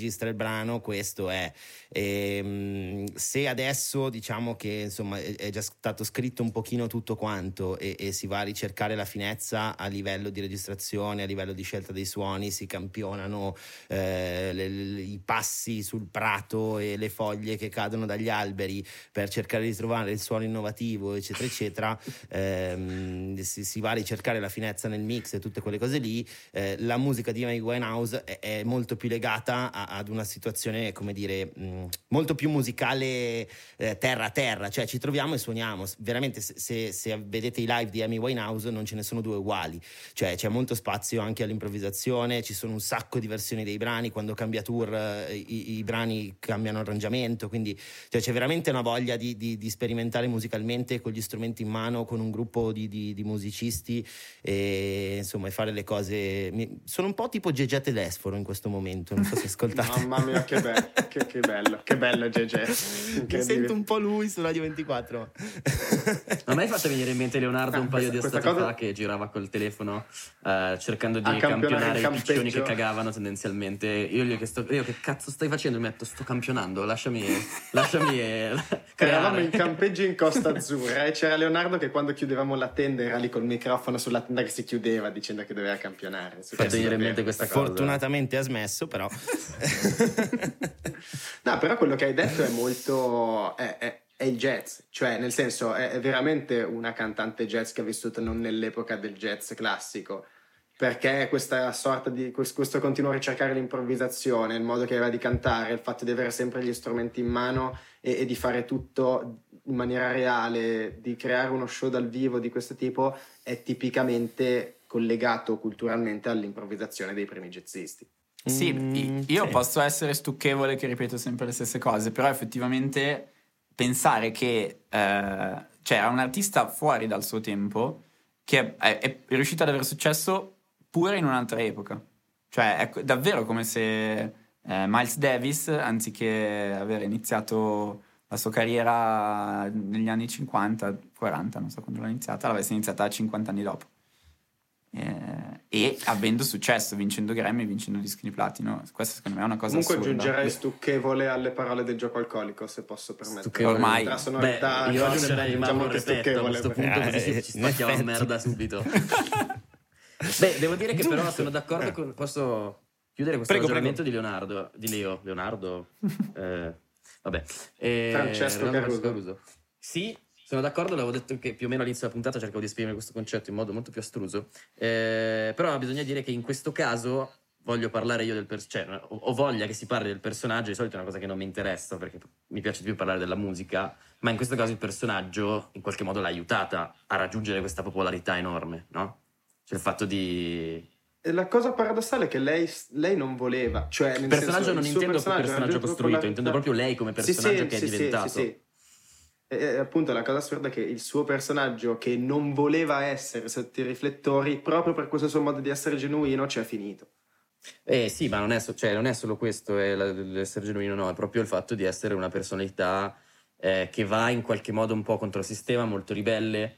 registra il brano, questo è. E, se adesso diciamo che insomma è già stato scritto un pochino tutto quanto e, e si va a ricercare la finezza a livello di registrazione, a livello di scelta dei suoni, si campionano eh, le, le, i passi sul prato e le foglie che cadono dagli alberi per cercare di trovare il suono innovativo, eccetera eccetera, ehm, si, si va a ricercare la finezza nel mix e tutte quelle cose lì. Eh, la musica di Amy Winehouse è, è molto più legata a, ad una situazione, come dire, mh, molto più musicale, eh, terra a terra, cioè ci troviamo e suoniamo. Veramente se, se, se vedete i live di Amy Winehouse non ce ne sono due uguali, cioè c'è molto spazio anche all'improvvisazione, ci sono un sacco di versioni dei brani, quando cambia tour eh, i, i brani cambiano arrangiamento, quindi cioè, c'è veramente una voglia di, di, di sperimentare musicalmente con gli strumenti in mano, con un gruppo di, di, di musicisti e insomma e fare le cose. Mi, sono un po' tipo Gegè Telesforo in questo momento, non so se ascoltate. Mamma mia, che bello, che, che bello, che bello Gegè. Mi sento un po' lui su Radio ventiquattro. A me hai fatto venire in mente Leonardo Ah, un paio questa- di estate questa cosa- fa che girava col telefono eh, cercando di A campionare campionare il i piccioni campeggio. che cagavano tendenzialmente. Io gli ho chiesto, io che cazzo stai facendo? Mi ha detto sto campionando, lasciami, lasciami eh, Eravamo creare. in campeggio in Costa Azzurra e c'era Leonardo che quando chiudevamo la tenda era lì col microfono sulla tenda che si chiudeva dicendo che doveva campionare. Mi ha fatto venire in mente questa cosa. Fortunatamente ha smesso, però. No, però quello che hai detto è molto... È, è, è il jazz, cioè nel senso è, è veramente una cantante jazz che ha vissuto non nell'epoca del jazz classico, perché questa sorta di... questo continuo a ricercare l'improvvisazione, il modo che aveva di cantare, il fatto di avere sempre gli strumenti in mano e, e di fare tutto in maniera reale, di creare uno show dal vivo di questo tipo, è tipicamente collegato culturalmente all'improvvisazione dei primi jazzisti. Sì, Mm, i- io sì. posso essere stucchevole che ripeto sempre le stesse cose, però effettivamente pensare che eh, c'era un artista fuori dal suo tempo che è, è riuscito ad avere successo pure in un'altra epoca. Cioè è co- davvero come se eh, Miles Davis, anziché aver iniziato la sua carriera negli anni cinquanta, quaranta, non so quando l'ha iniziata, l'avesse iniziata cinquanta anni dopo. Eh, e avendo successo, vincendo Grammy, vincendo dischi di platino. Questa secondo me è una cosa Comunque assurda. aggiungerei stucchevole alle parole del gioco alcolico, se posso permettere. Stucchevole. Ormai. Tra Beh, sonorità, io cose, aggiungerei aggiungiamo Marlon anche Repetto a stucchevole. questo punto, Eh, così eh, ci in spacchiamo effetti. merda subito. Beh, devo dire che però sono d'accordo Eh. con... Posso chiudere questo Prego, ragionamento di Leonardo, di Leo, Leonardo, eh, vabbè. Eh, Francesco Leonardo Caruso. Sì, sono d'accordo, l'avevo detto che più o meno all'inizio della puntata cercavo di esprimere questo concetto in modo molto più astruso, eh, però bisogna dire che in questo caso voglio parlare io del personaggio, cioè ho, ho voglia che si parli del personaggio, di solito è una cosa che non mi interessa perché mi piace di più parlare della musica, ma in questo caso il personaggio in qualche modo l'ha aiutata a raggiungere questa popolarità enorme, no? Cioè il fatto di... E la cosa paradossale è che lei, lei non voleva, cioè nel Il personaggio senso, non il suo intendo come personaggio raggiunto costruito, popolarità- intendo proprio lei come Sì, sì, personaggio che è sì, sì, diventato. sì, sì. E, e appunto la cosa assurda è che il suo personaggio che non voleva essere sotto i riflettori, proprio per questo suo modo di essere genuino, ci è finito. Eh sì, ma non è, so- cioè, non è solo questo, è la- l'essere genuino, no, è proprio il fatto di essere una personalità eh, che va in qualche modo un po' contro il sistema, molto ribelle,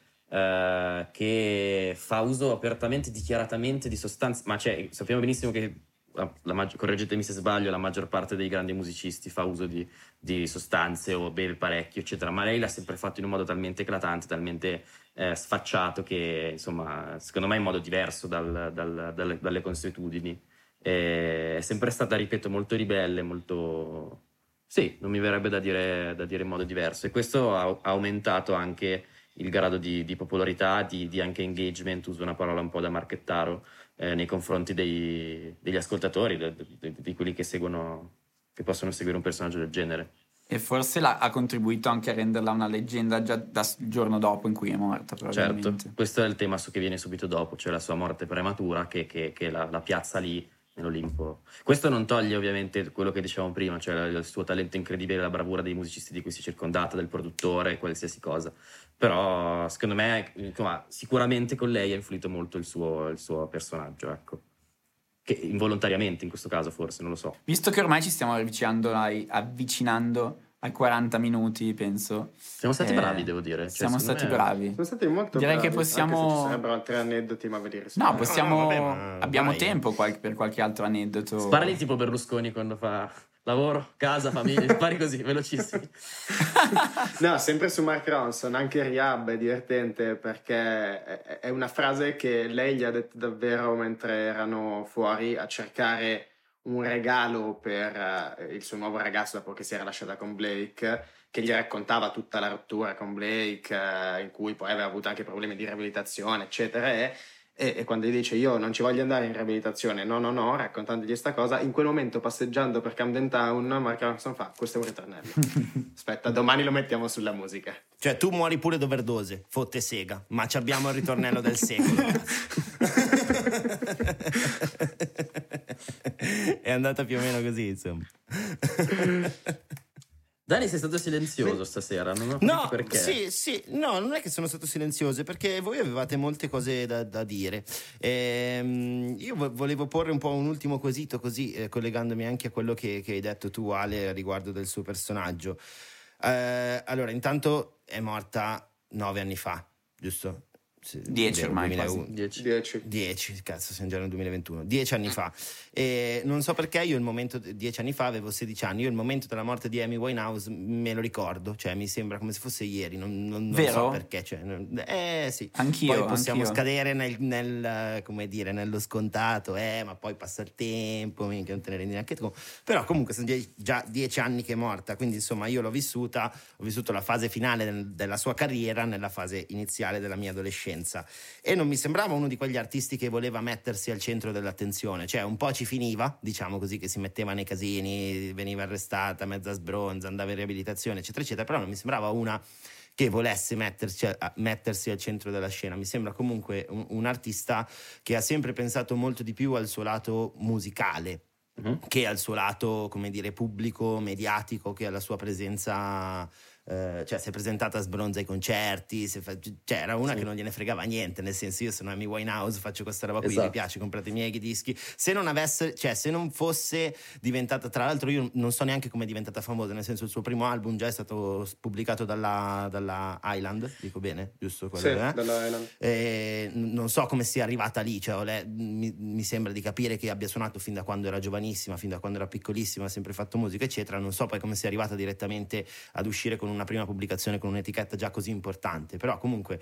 eh, che fa uso apertamente, dichiaratamente di sostanze, ma cioè, sappiamo benissimo che, la, la maggior- correggetemi se sbaglio, la maggior parte dei grandi musicisti fa uso di, di sostanze o beve parecchio, eccetera, ma lei l'ha sempre fatto in un modo talmente eclatante, talmente eh, sfacciato che, insomma, secondo me in modo diverso dal- dal- dalle, dalle consuetudini. Eh, è sempre stata, ripeto, molto ribelle, molto... Sì, non mi verrebbe da dire, da dire in modo diverso. E questo ha, ha aumentato anche il grado di, di popolarità, di, di anche engagement, uso una parola un po' da marchettaro, eh, nei confronti dei, degli ascoltatori, de- de- di quelli che seguono, che possono seguire un personaggio del genere. E forse l'ha- ha contribuito anche a renderla una leggenda già dal giorno dopo in cui è morta, probabilmente. Certo, questo è il tema su che viene subito dopo, cioè la sua morte prematura che, che, che la, la piazza lì nell'Olimpo. Questo non toglie ovviamente quello che dicevamo prima, cioè il suo talento incredibile, la bravura dei musicisti di cui si è circondata, del produttore, qualsiasi cosa. Però secondo me, insomma, sicuramente con lei ha influito molto il suo, il suo personaggio, ecco. Che involontariamente in questo caso forse, non lo so. Visto che ormai ci stiamo avvicinando ai, avvicinando ai quaranta minuti, penso. Siamo stati Eh, bravi, devo dire. Cioè, siamo secondo stati me- bravi. Sono stati molto Direi bravi, che possiamo- anche se ci sarebbero altri aneddoti, ma ve li No, rispetto. possiamo. no, vabbè, ma abbiamo vai. tempo qual- per qualche altro aneddoto. Sparali tipo Berlusconi quando fa lavoro, casa, famiglia, spari così, velocissimi. No, sempre su Mark Ronson, anche Rehab è divertente perché è- è una frase che lei gli ha detto davvero mentre erano fuori a cercare un regalo per eh, il suo nuovo ragazzo dopo che si era lasciata con Blake, che gli raccontava tutta la rottura con Blake, eh, in cui poi aveva avuto anche problemi di riabilitazione, eccetera, e, e, e quando gli dice io non ci voglio andare in riabilitazione, no, no, no, raccontandogli sta cosa, in quel momento passeggiando per Camden Town, Mark Ronson fa, questo è un ritornello. Aspetta, domani lo mettiamo sulla musica. Cioè, tu muori pure d'overdose, fotte sega, ma ci abbiamo il ritornello del secolo. È andata più o meno così, insomma. Dani, sei stato silenzioso stasera, non ho capito No, perché. sì, sì, no, non è che sono stato silenzioso, perché voi avevate molte cose da, da dire. Ehm, io vo- volevo porre un po' un ultimo quesito, così eh, collegandomi anche a quello che, che hai detto tu, Ale, a riguardo del suo personaggio. Eh, allora, intanto è morta nove anni fa, giusto? Sì, Dieci vero, ormai, duemilauno. Dieci. Dieci. Dieci, cazzo, siamo già nel duemilaventuno, dieci anni fa. E non so perché io il momento, dieci anni fa avevo sedici anni, io il momento della morte di Amy Winehouse me lo ricordo, cioè mi sembra come se fosse ieri, non, non, non Vero? so perché. Cioè, non- eh sì, Anch'io, poi possiamo anch'io. scadere nel, nel, come dire, nello scontato, eh, ma poi passa il tempo, minchia, non te ne rendi neanche conto. Però comunque sono die- già dieci anni che è morta, quindi insomma io l'ho vissuta, ho vissuto la fase finale del- della sua carriera nella fase iniziale della mia adolescenza. E non mi sembrava uno di quegli artisti che voleva mettersi al centro dell'attenzione, cioè un po' ci finiva, diciamo così, che si metteva nei casini, veniva arrestata, mezza sbronza, andava in riabilitazione, eccetera, eccetera, però non mi sembrava una che volesse mettersi, a, mettersi al centro della scena. Mi sembra comunque un, un artista che ha sempre pensato molto di più al suo lato musicale, Mhm. che al suo lato, come dire, pubblico, mediatico, che alla sua presenza. Eh, cioè si è presentata a sbronza ai concerti, si fa- cioè era una Sì. che non gliene fregava niente, nel senso io sono Amy Winehouse, faccio questa roba qui, Esatto. mi piace, comprate i miei dischi. Se non avesse, cioè se non fosse diventata, tra l'altro io non so neanche come è diventata famosa, nel senso il suo primo album già è stato pubblicato dalla, dalla Island, dico bene, giusto? Quello, Sì, eh? dalla Island. E n- non so come sia arrivata lì, cioè, ho le- mi, mi sembra di capire che abbia suonato fin da quando era giovanissima, fin da quando era piccolissima, ha sempre fatto musica eccetera, non so poi come sia arrivata direttamente ad uscire con una prima pubblicazione con un'etichetta già così importante, però comunque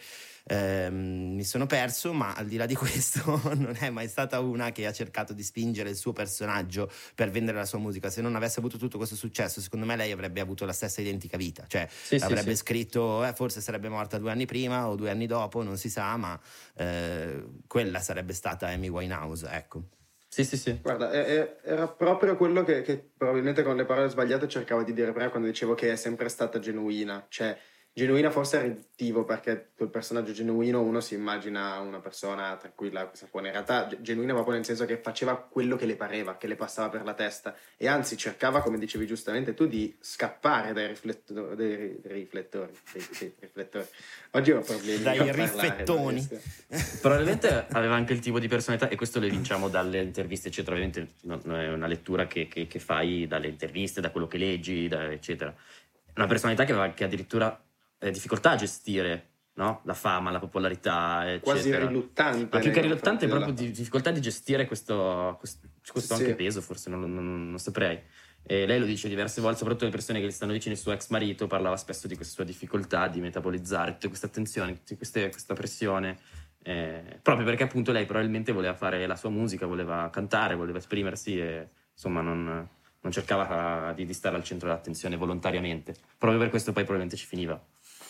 ehm, mi sono perso, ma al di là di questo non è mai stata una che ha cercato di spingere il suo personaggio per vendere la sua musica. Se non avesse avuto tutto questo successo, secondo me lei avrebbe avuto la stessa identica vita, cioè Sì, sì, avrebbe sì. scritto eh, forse sarebbe morta due anni prima o due anni dopo, non si sa, ma eh, quella sarebbe stata Amy Winehouse, ecco. Sì, sì, sì. Guarda, è- è- era proprio quello che, che probabilmente con le parole sbagliate cercavo di dire prima quando dicevo che è sempre stata genuina. Cioè, genuina forse è riduttivo perché quel personaggio genuino uno si immagina una persona tranquilla, sapone. In realtà ge- genuina proprio nel senso che faceva quello che le pareva, che le passava per la testa e anzi cercava, come dicevi giustamente tu, di scappare dai, rifletto- dai ri- riflettori. Dei, dei riflettori. Oggi ho problemi Dai a parlare, riflettoni. non riesco. Probabilmente aveva anche il tipo di personalità, e questo lo evinciamo dalle interviste, eccetera. Ovviamente non non è una lettura che, che- che fai dalle interviste, da quello che leggi, da- eccetera. Una personalità che aveva anche addirittura eh, difficoltà a gestire, no? La fama, la popolarità, eccetera. Quasi riluttante. Ma più nei che riluttante, confronti proprio della- di difficoltà di gestire questo, questo, questo Sì, anche sì. peso, forse non, non- non saprei. E lei lo dice diverse volte, soprattutto le persone che gli stanno vicine, il suo ex marito parlava spesso di questa sua difficoltà di metabolizzare tutte queste attenzioni, tutte queste, questa pressione, eh, proprio perché appunto lei probabilmente voleva fare la sua musica, voleva cantare, voleva esprimersi e insomma non, non cercava di, di stare al centro dell'attenzione volontariamente. Proprio per questo poi probabilmente ci finiva.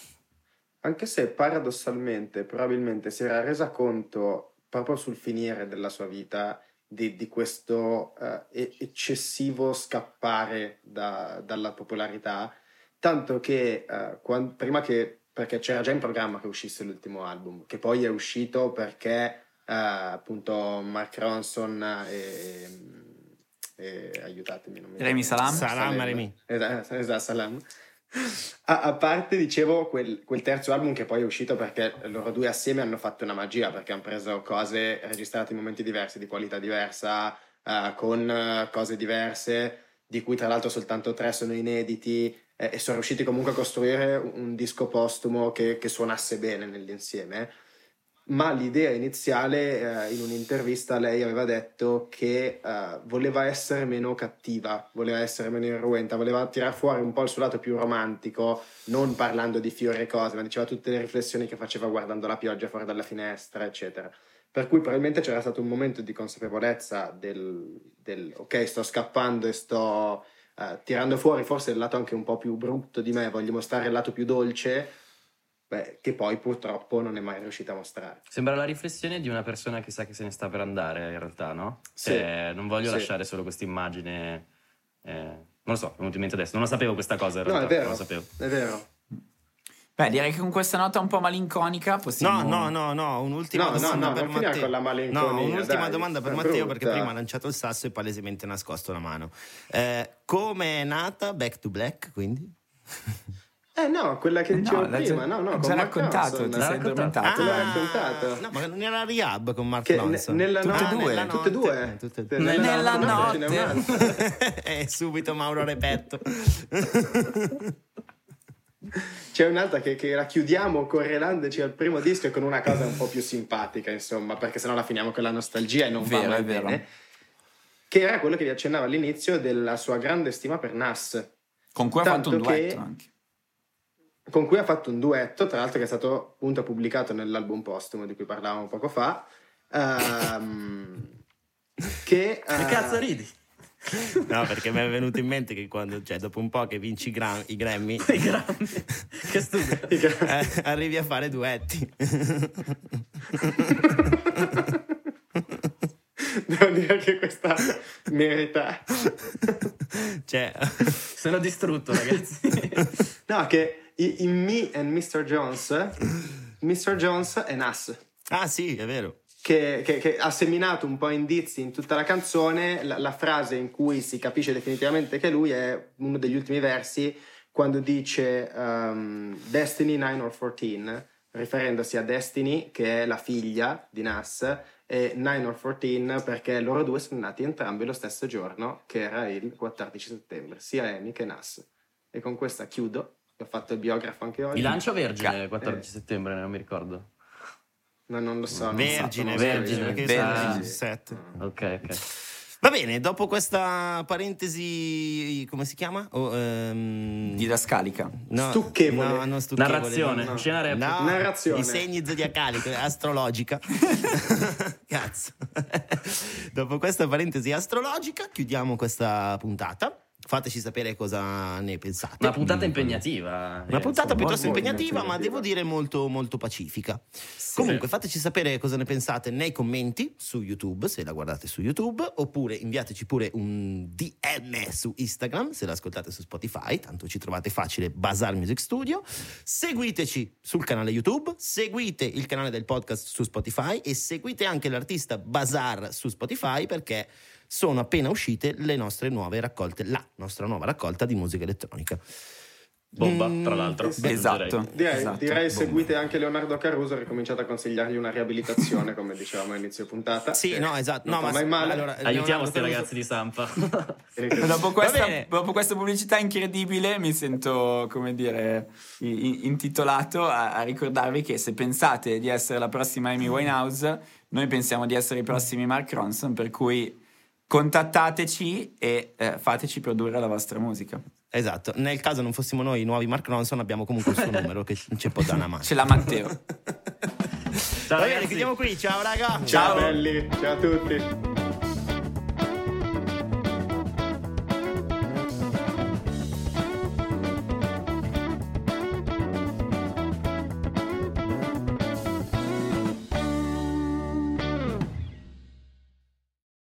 Anche se paradossalmente probabilmente si era resa conto proprio sul finire della sua vita di, di questo eh, e- eccessivo scappare da- dalla popolarità, tanto che eh, quan- prima che, perché c'era già in programma che uscisse l'ultimo album, che poi è uscito perché eh, appunto Mark Ronson e, e aiutatemi, non mi Remy ricordo. Salam? Salam Remy. Esatto, esatto, Salam. A, a parte, dicevo, quel, quel terzo album che poi è uscito perché loro due assieme hanno fatto una magia, perché hanno preso cose registrate in momenti diversi, di qualità diversa, eh, con eh, cose diverse, di cui tra l'altro soltanto tre sono inediti, eh, e sono riusciti comunque a costruire un, un disco postumo che, che suonasse bene nell'insieme. Ma l'idea iniziale, eh, in un'intervista lei aveva detto che eh, voleva essere meno cattiva, voleva essere meno irruenta, voleva tirar fuori un po' il suo lato più romantico, non parlando di fiori e cose, ma diceva tutte le riflessioni che faceva guardando la pioggia fuori dalla finestra, eccetera. Per cui probabilmente c'era stato un momento di consapevolezza del, del ok, sto scappando e sto uh, tirando fuori forse il lato anche un po' più brutto di me, voglio mostrare il lato più dolce, beh, che poi purtroppo non è mai riuscita a mostrare. Sembra la riflessione di una persona che sa che se ne sta per andare, in realtà, no? Sì. Cioè, non voglio Sì. lasciare solo questa immagine, eh, non lo so, è venuto in mente adesso, non lo sapevo questa cosa in No, realtà, è vero, non lo sapevo. è vero. Beh, direi che con questa nota un po' malinconica possiamo... No, no, no, no, un'ultima No, no, domanda no, per non finire Matteo. con la malinconia, No, un'ultima dai, domanda per è Matteo, brutta. perché prima ha lanciato il sasso e palesemente nascosto la mano. Eh, come è nata Back to Black, quindi? Eh no, quella che No, dicevo l'ha prima, già- no, no, l'ha con già Mark raccontato, Ronson. ti L'ha sei raccontato. addormentato. te l'ho raccontato. No, ma non era Rehab con Mark Che ne- Ronson? nella Tutte e notte, due. nella tutte e due, notte, tutte e due. Nella Nella notte, ce n'è notte. un'altra. E subito Mauro Repetto. C'è un'altra che, che la chiudiamo correlandoci al primo disco e con una cosa un po' più simpatica, insomma, perché sennò la finiamo con la nostalgia e non Vero, va mai è vero. bene. Che era quello che vi accennavo all'inizio della sua grande stima per Nas, Con cui ha fatto un Tanto che- duetto anche. con cui ha fatto un duetto, tra l'altro che è stato appunto pubblicato nell'album postumo di cui parlavamo poco fa, ehm, che... Che eh, cazzo ridi? No, perché mi è venuto in mente che quando, cioè, dopo un po' che vinci i, gra- i Grammy, I grandi. Che stupido. eh, arrivi a fare duetti. Devo dire che questa merita. Cioè, Sono distrutto, ragazzi. No, che i- in Me and mister Jones, mister Jones è Nas, ah sì, è vero. che, che- che ha seminato un po' indizi in tutta la canzone. La, la frase in cui si capisce definitivamente che lui è uno degli ultimi versi, quando dice um, Destiny nine or fourteen, riferendosi a Destiny, che è la figlia di Nas, e nine or fourteen perché loro due sono nati entrambi lo stesso giorno, che era il quattordici settembre, sia Amy che Nas. E con questa chiudo. Ho fatto il biografo anche oggi. Il lancio Vergine il Eh. quattordici settembre, non mi ricordo. No, non lo so. non Vergine, so, non so, vergine, non so. perché Vergine. sono diciassette. Ok, ok. Va bene, dopo questa parentesi, come si chiama? Oh, ehm, Didascalica. no, Stucchevole. no, non stucchevole, Narrazione, no, no. scena rap. No, Narrazione. i segni zodiacali, astrologica. Cazzo. Dopo questa parentesi astrologica, chiudiamo questa puntata. Fateci sapere cosa ne pensate. Una puntata impegnativa. Una eh, puntata insomma. piuttosto molto impegnativa, ma impegnativa. devo dire molto, molto pacifica. Comunque, fateci sapere cosa ne pensate nei commenti su YouTube, se la guardate su YouTube, oppure inviateci pure un D M su Instagram, se l'ascoltate su Spotify, tanto ci trovate facile, Bazar Music Studio. Seguiteci sul canale YouTube, seguite il canale del podcast su Spotify e seguite anche l'artista Bazar su Spotify, perché sono appena uscite le nostre nuove raccolte, la nostra nuova raccolta di musica elettronica. Bomba, Mm, tra l'altro. Esatto. Direi, esatto. direi Bomba. seguite anche Leonardo Caruso, ho ricominciato a consigliargli una riabilitazione, come dicevamo all'inizio puntata. Sì, Eh, no, esatto. Non No, fa ma mai male. allora, Aiutiamo Leonardo questi Caruso- ragazzi di Sampa. Dopo questa, bene. dopo questa pubblicità incredibile mi sento, come dire, i- i- intitolato a, a ricordarvi che se pensate di essere la prossima Amy Winehouse, noi pensiamo di essere i prossimi Mark Ronson, per cui contattateci e eh, fateci produrre la vostra musica. Esatto, nel caso non fossimo noi i nuovi Mark Ronson, abbiamo comunque il suo numero che ci può dare una mano. Ce l'ha Matteo. Ciao Va bene, ragazzi. chiudiamo qui, ciao raga. Ciao belli, ciao a tutti.